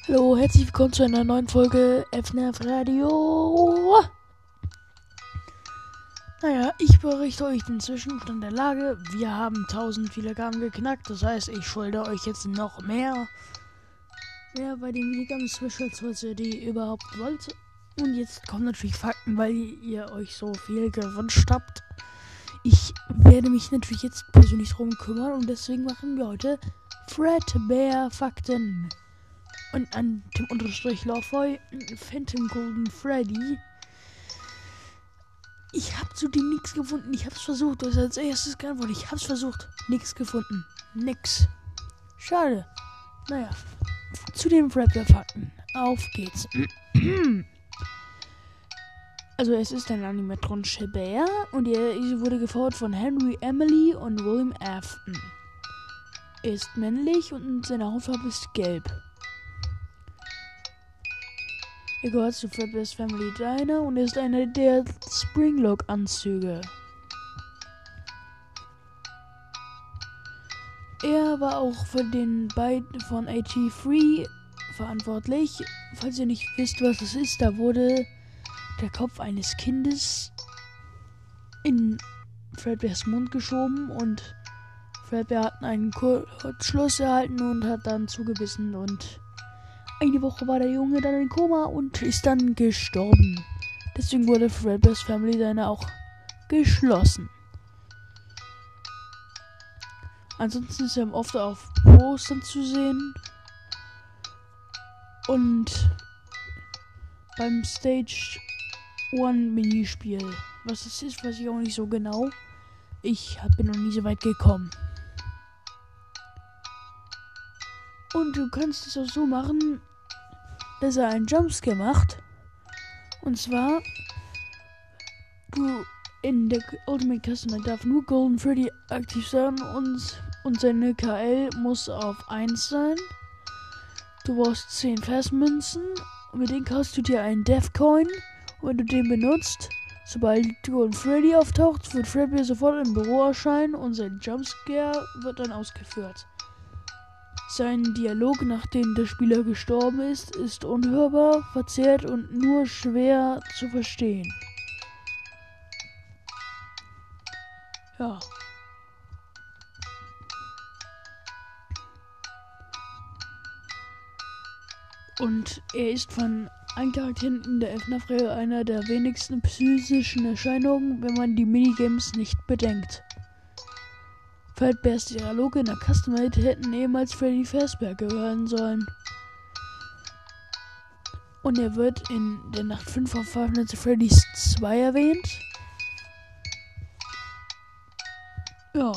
Hallo, herzlich willkommen zu einer neuen Folge FNAF Radio. Naja, ich berichte euch den Zwischenstand der Lage. Wir haben 1000 Wiedergaben geknackt, das heißt, ich schulde euch jetzt noch mehr bei den Wiedergaben-Specials, falls ihr die überhaupt wollt. Und jetzt kommen natürlich Fakten, weil ihr euch so viel gewünscht habt. Ich werde mich natürlich jetzt persönlich drum kümmern und deswegen machen wir heute Fredbear Fakten. Und an dem Unterstrich Lawboy, Phantom Golden Freddy. Ich habe zu dem nichts gefunden. Ich hab's versucht. Das ist als erstes geantwortet. Ich hab's versucht. Nichts gefunden. Nix. Schade. Naja. Zu den Fredbear-Fakten. Auf geht's. Also es ist ein animatronischer Bär und er wurde gefordert von Henry Emily und William Afton. Er ist männlich und seine Hautfarbe ist gelb. Er gehört zu Fredbear's Family Diner und ist einer der Springlock-Anzüge. Er war auch für den beiden von AT3 verantwortlich. Falls ihr nicht wisst, was das ist, da wurde der Kopf eines Kindes in Fredbears Mund geschoben und Fredbear hat einen Kurzschluss erhalten und hat dann zugebissen und eine Woche war der Junge dann in Koma und ist dann gestorben. Deswegen wurde Fredbear's Family Diner auch geschlossen. Ansonsten ist er oft auf Postern zu sehen. Und beim Stage 1 Minispiel. Was das ist, weiß ich auch nicht so genau. Ich bin noch nie so weit gekommen. Und du kannst es auch so machen, dass er einen Jumpscare macht. Und zwar, du in der Ultimate Customer darf nur Golden Freddy aktiv sein und seine KL muss auf 1 sein. Du brauchst 10 Festmünzen und mit denen kaufst du dir einen Death Coin. Und wenn du den benutzt, sobald Golden Freddy auftaucht, wird Fredbear sofort im Büro erscheinen und sein Jumpscare wird dann ausgeführt. Sein Dialog, nachdem der Spieler gestorben ist, ist unhörbar, verzerrt und nur schwer zu verstehen. Ja. Und er ist von allen Charakteren in der FNAF-Reihe einer der wenigsten psychischen Erscheinungen, wenn man die Minigames nicht bedenkt. Fredbears Dialoge in der Custom-Made hätten ehemals Freddy Fazbear gehören sollen. Und er wird in der Nacht 5 von Five Nights at Freddy's 2 erwähnt. Ja.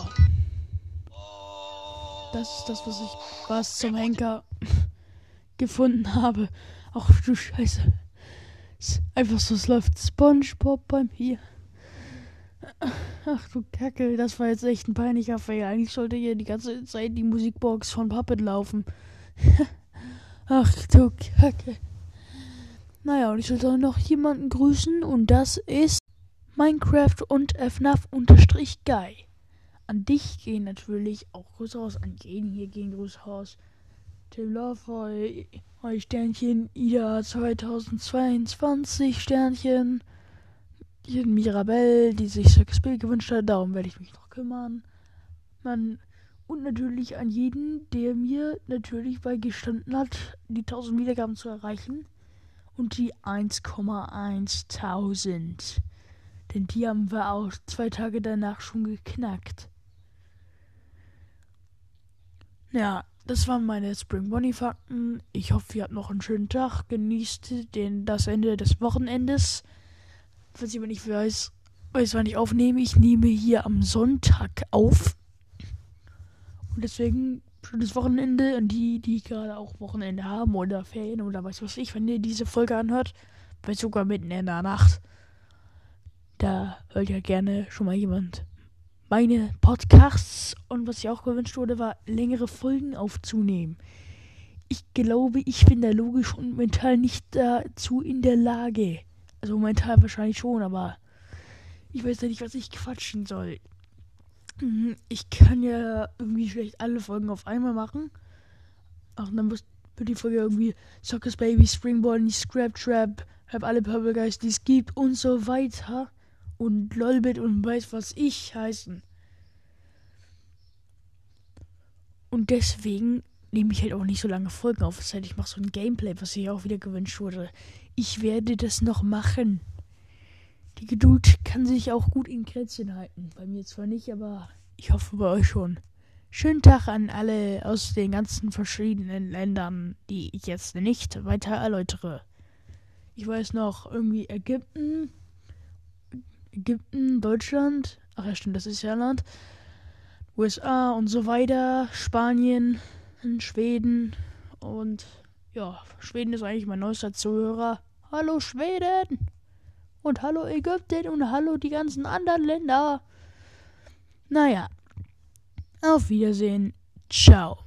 Das ist das, was zum Henker gefunden habe. Ach du Scheiße. Einfach so, es läuft SpongeBob bei mir. Ach du Kacke, das war jetzt echt ein peinlicher Fail. Eigentlich sollte hier die ganze Zeit die Musikbox von Puppet laufen. Ach du Kacke. Naja, und ich sollte auch noch jemanden grüßen und das ist Minecraft und FNAF_Guy. An dich gehen natürlich auch Grüße raus, an jeden hier gehen Grüße raus. Tim Lawboy, Sternchen, Ida 2022, Sternchen. Hier Mirabelle, die sich Circus Bill gewünscht hat, darum werde ich mich noch kümmern. Und natürlich an jeden, der mir natürlich beigestanden hat, die 1000 Wiedergaben zu erreichen. Und die 1,1000. Denn die haben wir auch 2 Tage danach schon geknackt. Ja, das waren meine Spring Bonnie Fakten. Ich hoffe, ihr habt noch einen schönen Tag. Genießt das Ende des Wochenendes. Falls jemand nicht weiß, wann ich aufnehme, ich nehme hier am Sonntag auf. Und deswegen schönes Wochenende an die gerade auch Wochenende haben oder Ferien oder weiß was ich, wenn ihr diese Folge anhört, vielleicht sogar mitten in der Nacht. Da hört ja gerne schon mal jemand meine Podcasts. Und was ich auch gewünscht wurde, war längere Folgen aufzunehmen. Ich glaube, ich bin da logisch und mental nicht dazu in der Lage. Also momentan wahrscheinlich schon, aber ich weiß ja nicht, was ich quatschen soll. Ich kann ja irgendwie schlecht alle Folgen auf einmal machen. Ach, dann wird die Folge irgendwie Circus Baby, Spring Bonnie, Scrap Trap, hab alle Purple Guys, die es gibt und so weiter. Und Lolbit und weiß was ich heißen. Und deswegen nehme ich halt auch nicht so lange Folgen auf. Das heißt, ich mache so ein Gameplay, was sich auch wieder gewünscht wurde. Ich werde das noch machen. Die Geduld kann sich auch gut in Grenzen halten. Bei mir zwar nicht, aber ich hoffe bei euch schon. Schönen Tag an alle aus den ganzen verschiedenen Ländern, die ich jetzt nicht weiter erläutere. Ich weiß noch, irgendwie Ägypten, Deutschland, ach ja stimmt, das ist ja Land, USA und so weiter, Spanien, Schweden und ja, Schweden ist eigentlich mein neuester Zuhörer. Hallo Schweden und hallo Ägypten und hallo die ganzen anderen Länder. Naja, auf Wiedersehen, ciao.